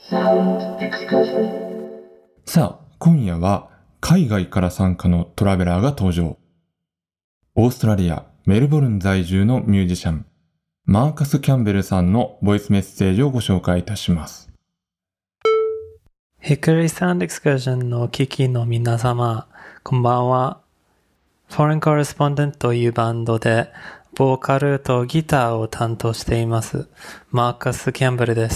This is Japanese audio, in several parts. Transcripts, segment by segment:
さあ、今夜は海外から参加のトラベラーが登場。オーストラリア・メルボルン在住のミュージシャン、マーカス・キャンベルさんのボイスメッセージをご紹介いたします。 ヒクリサウンドエクスカーションの聞きの皆様、こんばんは。Foreign Correspondent というバンドで、ボーカルとギターを担当しています。マーカス・キャンベルです。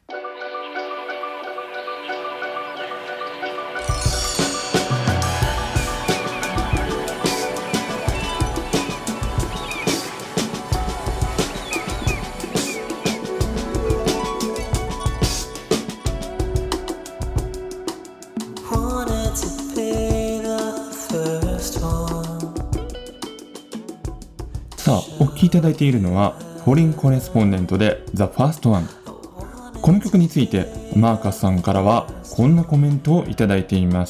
さあ、お聴きいただいているのはフォリンコレスポンデントで The First One。 この曲についてマーカスさんからはこんなコメントをいただいています。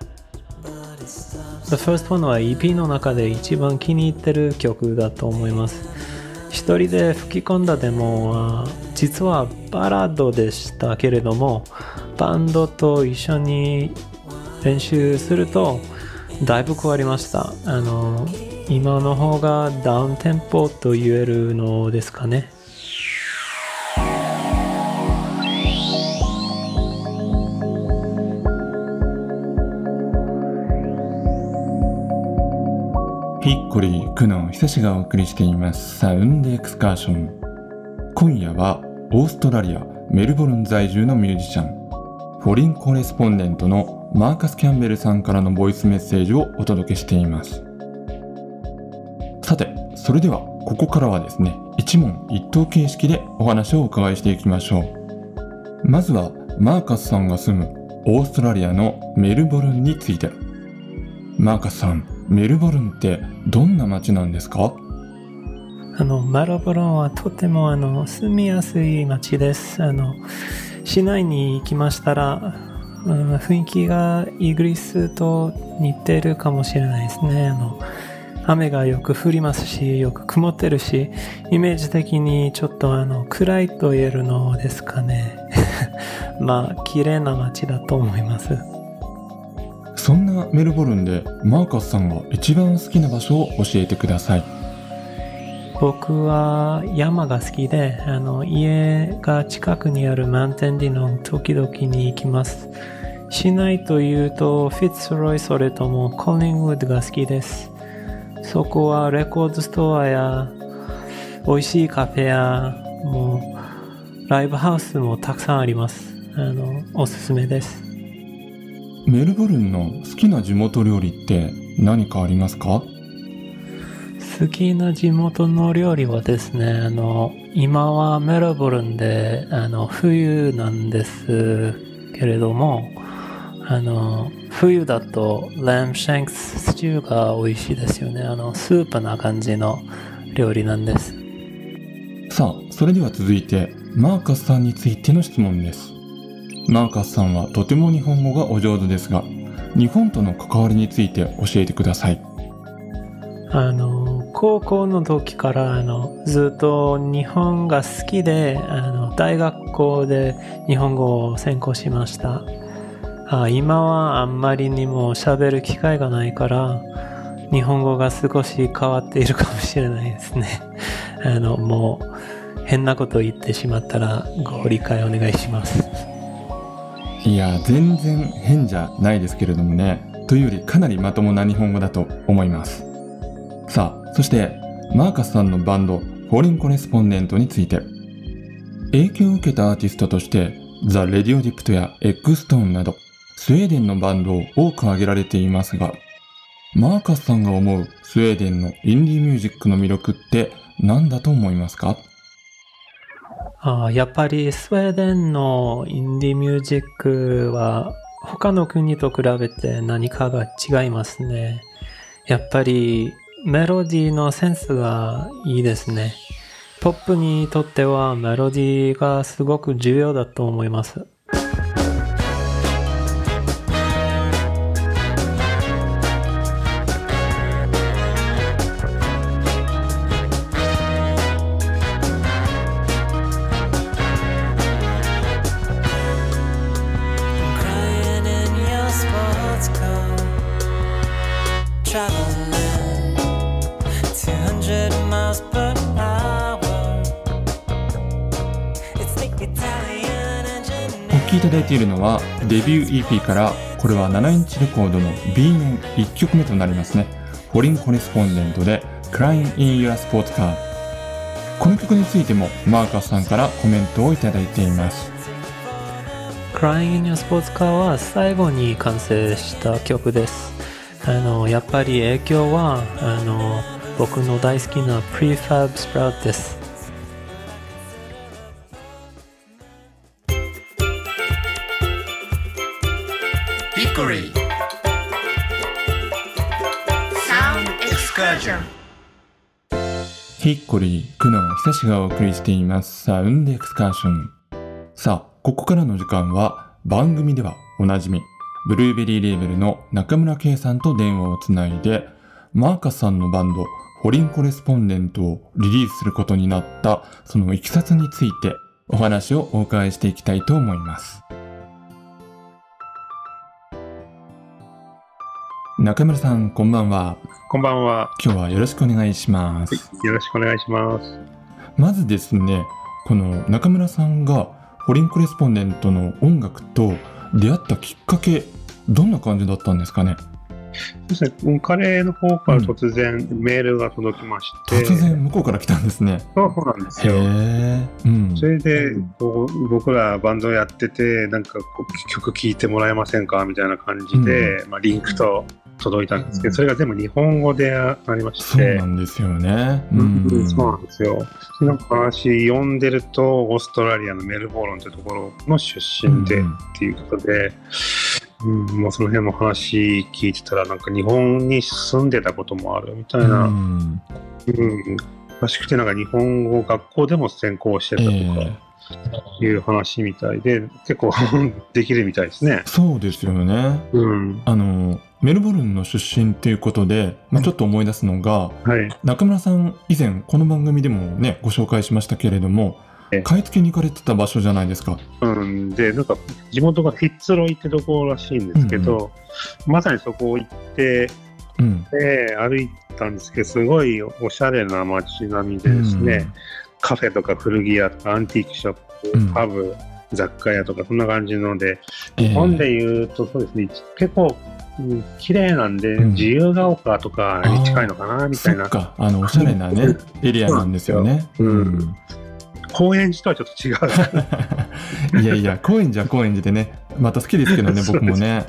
The First One は EP の中で一番気に入ってる曲だと思います。一人で吹き込んだデモは実はバラードでしたけれども、バンドと一緒に練習するとだいぶ変わりました。今の方がダウンテンポと言えるのですかね。 ヒッコリー久野久志がお送りしていますサウンドエクスカーション。今夜はオーストラリアメルボルン在住のミュージシャン、フォリンコレスポンデントのマーカス・キャンベルさんからのボイスメッセージをお届けしています。さて、それではここからはですね、一問一答形式でお話をお伺いしていきましょう。まずはマーカスさんが住むオーストラリアのメルボルンについて。マーカスさん、メルボルンってどんな街なんですか？ メルボルンはとても住みやすい街です。市内に行きましたら、雰囲気がイギリスと似てるかもしれないですね。雨がよく降りますし、よく曇ってるし、イメージ的にちょっと暗いと言えるのですかね。まあ、綺麗な街だと思います。 そんなメルボルンでマーカスさんが一番好きな場所を教えてください。 僕は山が好きで、家が近くにあるマウンテンディの時々に行きます。市内というとフィッツロイそれともコリングウッドが好きです。そこはレコードストアや美味しいカフェやもうライブハウスもたくさんあります。おすすめです。 メルボルンの好きな地元料理って何かありますか？ 好きな地元の料理はですね、今はメルボルンで冬なんですけれども、冬だとラムシャンクススチューが美味しいですよね。スープな感じの料理なんです。 さあ、それでは続いてマーカスさんについての質問です。マーカスさんはとても日本語がお上手ですが、日本との関わりについて教えてください。 高校の時からずっと日本が好きで、大学校で日本語を専攻しました。今はあんまりにも喋る機会がないから日本語が少し変わっているかもしれないですね。もう変なことを言ってしまったらご理解お願いします。 いや、全然変じゃないですけれどもね、というよりかなりまともな日本語だと思います。さあ、そしてマーカスさんのバンドフォリンコレスポンデントについて。影響を受けたアーティストとしてザ・レディオディプトやエッグストーンなどスウェーデンのバンドを多く挙げられていますが、マーカスさんが思うスウェーデンのインディーミュージックの魅力って何だと思いますか？ やっぱりスウェーデンのインディーミュージックは他の国と比べて何かが違いますね。やっぱりメロディーのセンスがいいですね。ポップにとってはメロディーがすごく重要だと思います。 きいただいているのはデビュー EP からこれは7インチレコードの B 面1曲目となりますね。フォリンコレスポンデントで Crying in Your Sports Car。 この曲についてもマーカスさんからコメントをいただいています。 Crying in Your Sports Car は最後に完成した曲です。やっぱり影響は僕の大好きな Prefab Sprout です。 Hickory Sound Excursion。 ヒッコリー、久野久志がお送りしていますサウンドエクスカーション。さあ、ここからの時間は番組ではおなじみブルーベリーレーベルの中村圭さんと電話をつないで、マーカスさんのバンドフォリンコレスポンデントをリリースすることになったそのいきさつについてお話をお伺いしていきたいと思います。中村さん、こんばんは。 こんばんは。 今日はよろしくお願いします。 よろしくお願いします。 まずですね、この中村さんがフォリンコレスポンデントの音楽と出会ったきっかけ、どんな感じだったんですかね。 そうですね、彼の方から突然メールが届きまして、 突然向こうから来たんですね。 そうなんですよ。それで僕らバンドやってて、なんか曲聴いてもらえませんかみたいな感じで、リンクと届いたんですけど、それが全部日本語でありまして。 そうなんですよね。 そうなんですよ。なんか話読んでると、オーストラリアのメルボルンというところの出身でっていうことで、もうその辺の話聞いてたら、なんか日本に住んでたこともあるみたいな、らしくて、なんか日本語学校でも専攻してたとかいう話みたいで、結構できるみたいですね。 そうですよね。メルボルンの出身っていうことで、ちょっと思い出すのが、中村さん以前この番組でもねご紹介しましたけれども、買い付けに行かれてた場所じゃないですか。 で、なんか地元がフィッツロイってところらしいんですけど、まさにそこを行って、歩いたんですけど、すごいおしゃれな街並みでですね、カフェとか古着屋とかアンティークショップ、パブ、雑貨屋とかそんな感じので、日本でいうとそうですね、結構綺麗なんで、自由が丘とかに近いのかなみたいな。 そっか、おしゃれなねエリアなんですよね。 高円寺とはちょっと違う。 いやいや、高円寺は高円寺でね、また好きですけどね僕もね。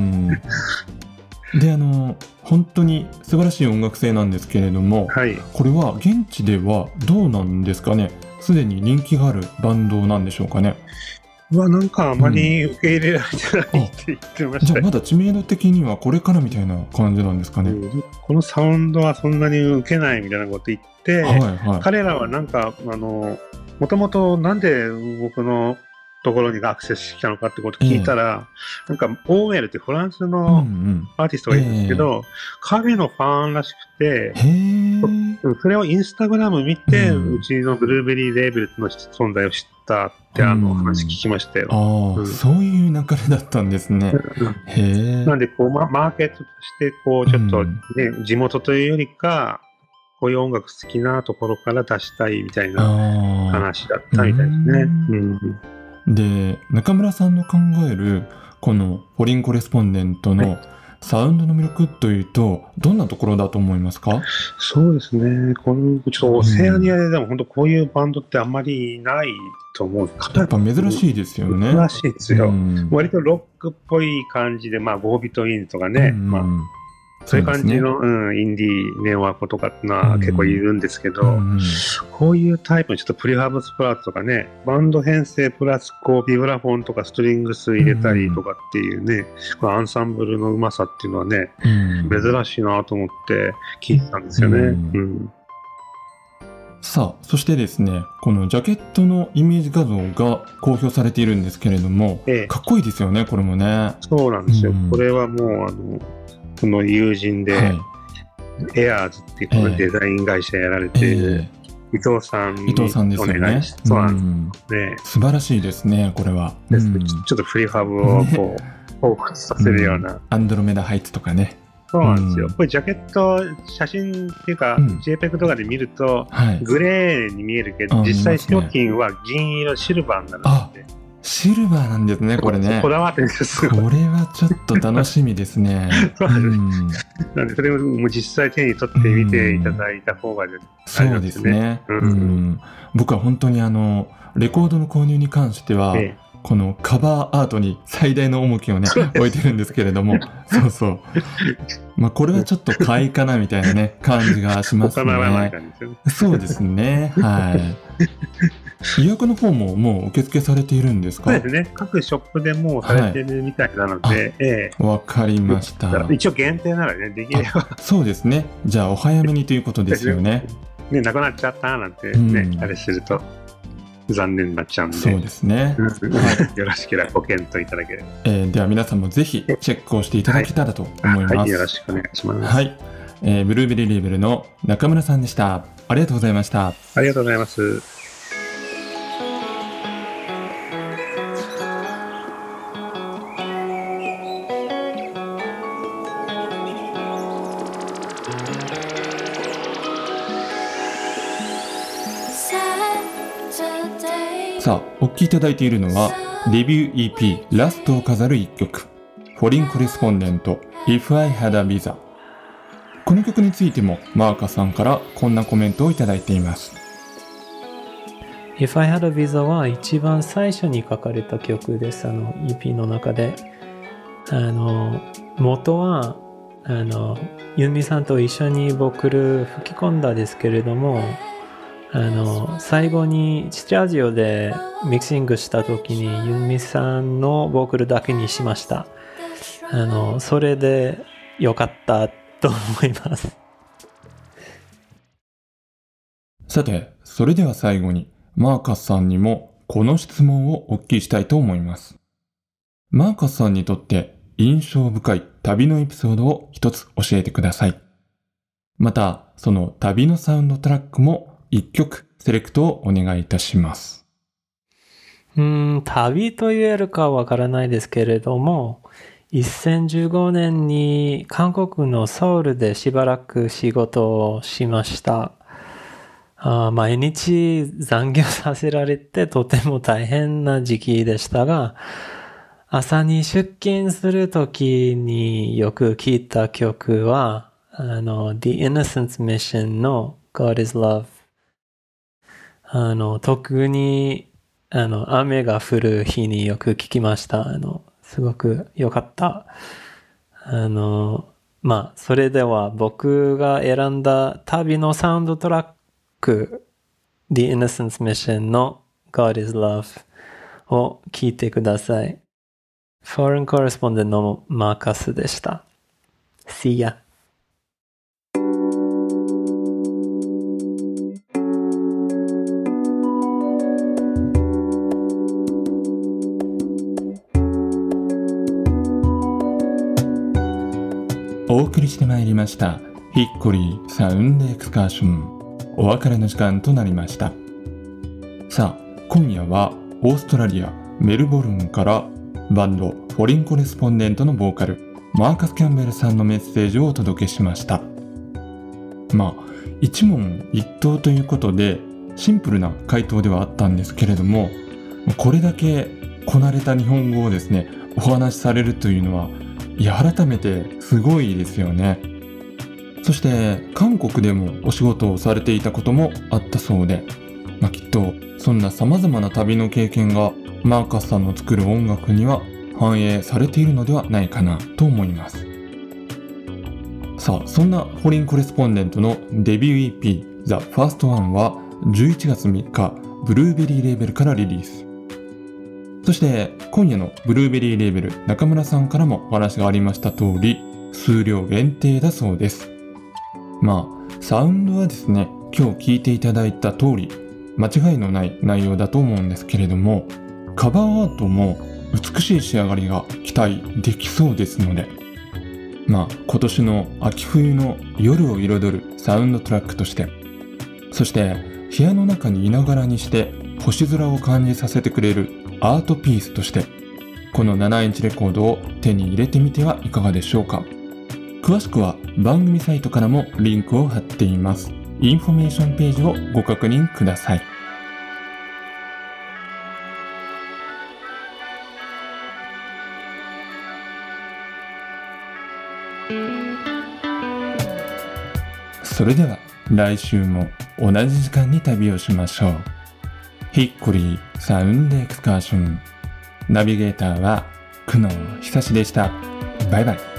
で、本当に素晴らしい音楽性なんですけれども、これは現地ではどうなんですかね。すでに人気があるバンドなんでしょうかね。 なんかあまり受け入れられてないって言ってました。 じゃあまだ知名度的にはこれからみたいな感じなんですかね。 このサウンドはそんなに受けないみたいなこと言って、彼らはなんかもともとなんで僕のところにアクセスしてきたのかってことを聞いたら、なんかオーエルってフランスのアーティストがいるんですけど、彼のファンらしくて、それをインスタグラム見て、うちのブルーベリーレーベルの存在を知ったって話聞きましたよ。 そういう流れだったんですね。 なんでマーケットとしてちょっと、地元というよりか、こういう音楽好きなところから出したいみたいな話だったみたいですね。 で、中村さんの考えるこのフォリンコレスポンデントのサウンドの魅力というとどんなところだと思いますか？ そうですね、ちょっとオセアニアでも本当こういうバンドってあんまりないと思う。 やっぱ珍しいですよね。 珍しいですよ。割とロックっぽい感じで、ゴービットインとかね、そういう感じの、インディーネオワコとかってのは結構いるんですけど、こういうタイプのちょっとプリハブスプラウトとかね、バンド編成プラスビブラフォンとかストリングス入れたりとかっていうね、このアンサンブルのうまさっていうのはね、珍しいなと思って聞いてたんですよね。 さあ、そしてですね、このジャケットのイメージ画像が公表されているんですけれども、かっこいいですよね、これもね。 そうなんですよ。これはもうこの友人で、エアーズっていうこのデザイン会社やられている伊藤さんにお願いして、そうなんですね。 素晴らしいですね、これは。 ちょっとフリーハブを彷彿させるような。 アンドロメダハイツとかね。 そうなんですよ。これジャケット、写真っていうか、JPEG とかで見ると、グレーに見えるけど、実際商品は銀色、シルバーになるんで。 シルバーなんですね、これね。 こだわってるんです。 これはちょっと楽しみですね。 なんでそれをもう実際手に取ってみていただいた方がそうですね。僕は本当にレコードの購入に関しては、このカバーアートに最大の重きをね置いてるんですけれども、そうそう。まあこれはちょっと買いかなみたいなね感じがしますね。そうですね。はい。予約の方ももう受付されているんですか？ そうですね。各ショップでもうされてるみたいなので、 わかりました。 一応限定ならね、できれば。 そうですね。じゃあお早めにということですよね。 ね、なくなっちゃったなんてね、あれすると残念になっちゃうんで。そうですね。 よろしければご検討いただければ。 では皆さんもぜひチェックをしていただけたらと思います。 よろしくお願いします。 はい。ブルーベリーレーベルの中村さんでした。ありがとうございました。 ありがとうございます。 さあ、お聴きいただいているのはデビュー EP ラストを飾る一曲、フォリンコレスポンデント If I Had a Visa。 この曲についてもマーカさんからこんなコメントをいただいています。 If I Had a Visa は一番最初に書かれた曲です。EP の中で元はユンミさんと一緒にボーカル吹き込んだですけれども、最後にスタジオでミキシングした時にユンミさんのボーカルだけにしました。それで良かったと思います。 さて、それでは最後にマーカスさんにもこの質問をお聞きしたいと思います。マーカスさんにとって印象深い旅のエピソードを一つ教えてください。また、その旅のサウンドトラックも一曲セレクトをお願いいたします。 旅と言えるかわからないですけれども、2015年に韓国のソウルでしばらく仕事をしました。毎日残業させられてとても大変な時期でしたが、朝に出勤するときによく聴いた曲は、The Innocence Mission の God is Love。特に雨が降る日によく聞きました。すごく良かった。それでは僕が選んだ旅のサウンドトラック The Innocence Mission の God is Love を聞いてください。Foreign Correspondent のマーカスでした。See ya! お送りしてまいりましたヒッコリーサウンドエクスカーション、お別れの時間となりました。さあ、今夜はオーストラリアメルボルンからバンドフォリンコレスポンデントのボーカルマーカス・キャンベルさんのメッセージをお届けしました。一問一答ということでシンプルな回答ではあったんですけれども、これだけこなれた日本語をですねお話しされるというのは、改めてすごいですよね。そして韓国でもお仕事をされていたこともあったそうで、きっとそんな様々な旅の経験がマーカスさんの作る音楽には反映されているのではないかなと思います。さあ、そんなフォリンコレスポンデントのデビュー EP The First One は11月3日ブルーベリーレーベルからリリース。そして今夜のブルーベリーレーベル中村さんからもお話がありました通り、数量限定だそうです。サウンドはですね、今日聞いていただいた通り間違いのない内容だと思うんですけれども、カバーアートも美しい仕上がりが期待できそうですので、今年の秋冬の夜を彩るサウンドトラックとして、そして部屋の中にいながらにして星空を感じさせてくれるアートピースとして、この7インチレコードを手に入れてみてはいかがでしょうか。詳しくは番組サイトからもリンクを貼っています。インフォメーションページをご確認ください。 それでは来週も同じ時間に旅をしましょう。ヒッコリーサウンドエクスカーション。ナビゲーターは久野久志でした。バイバイ。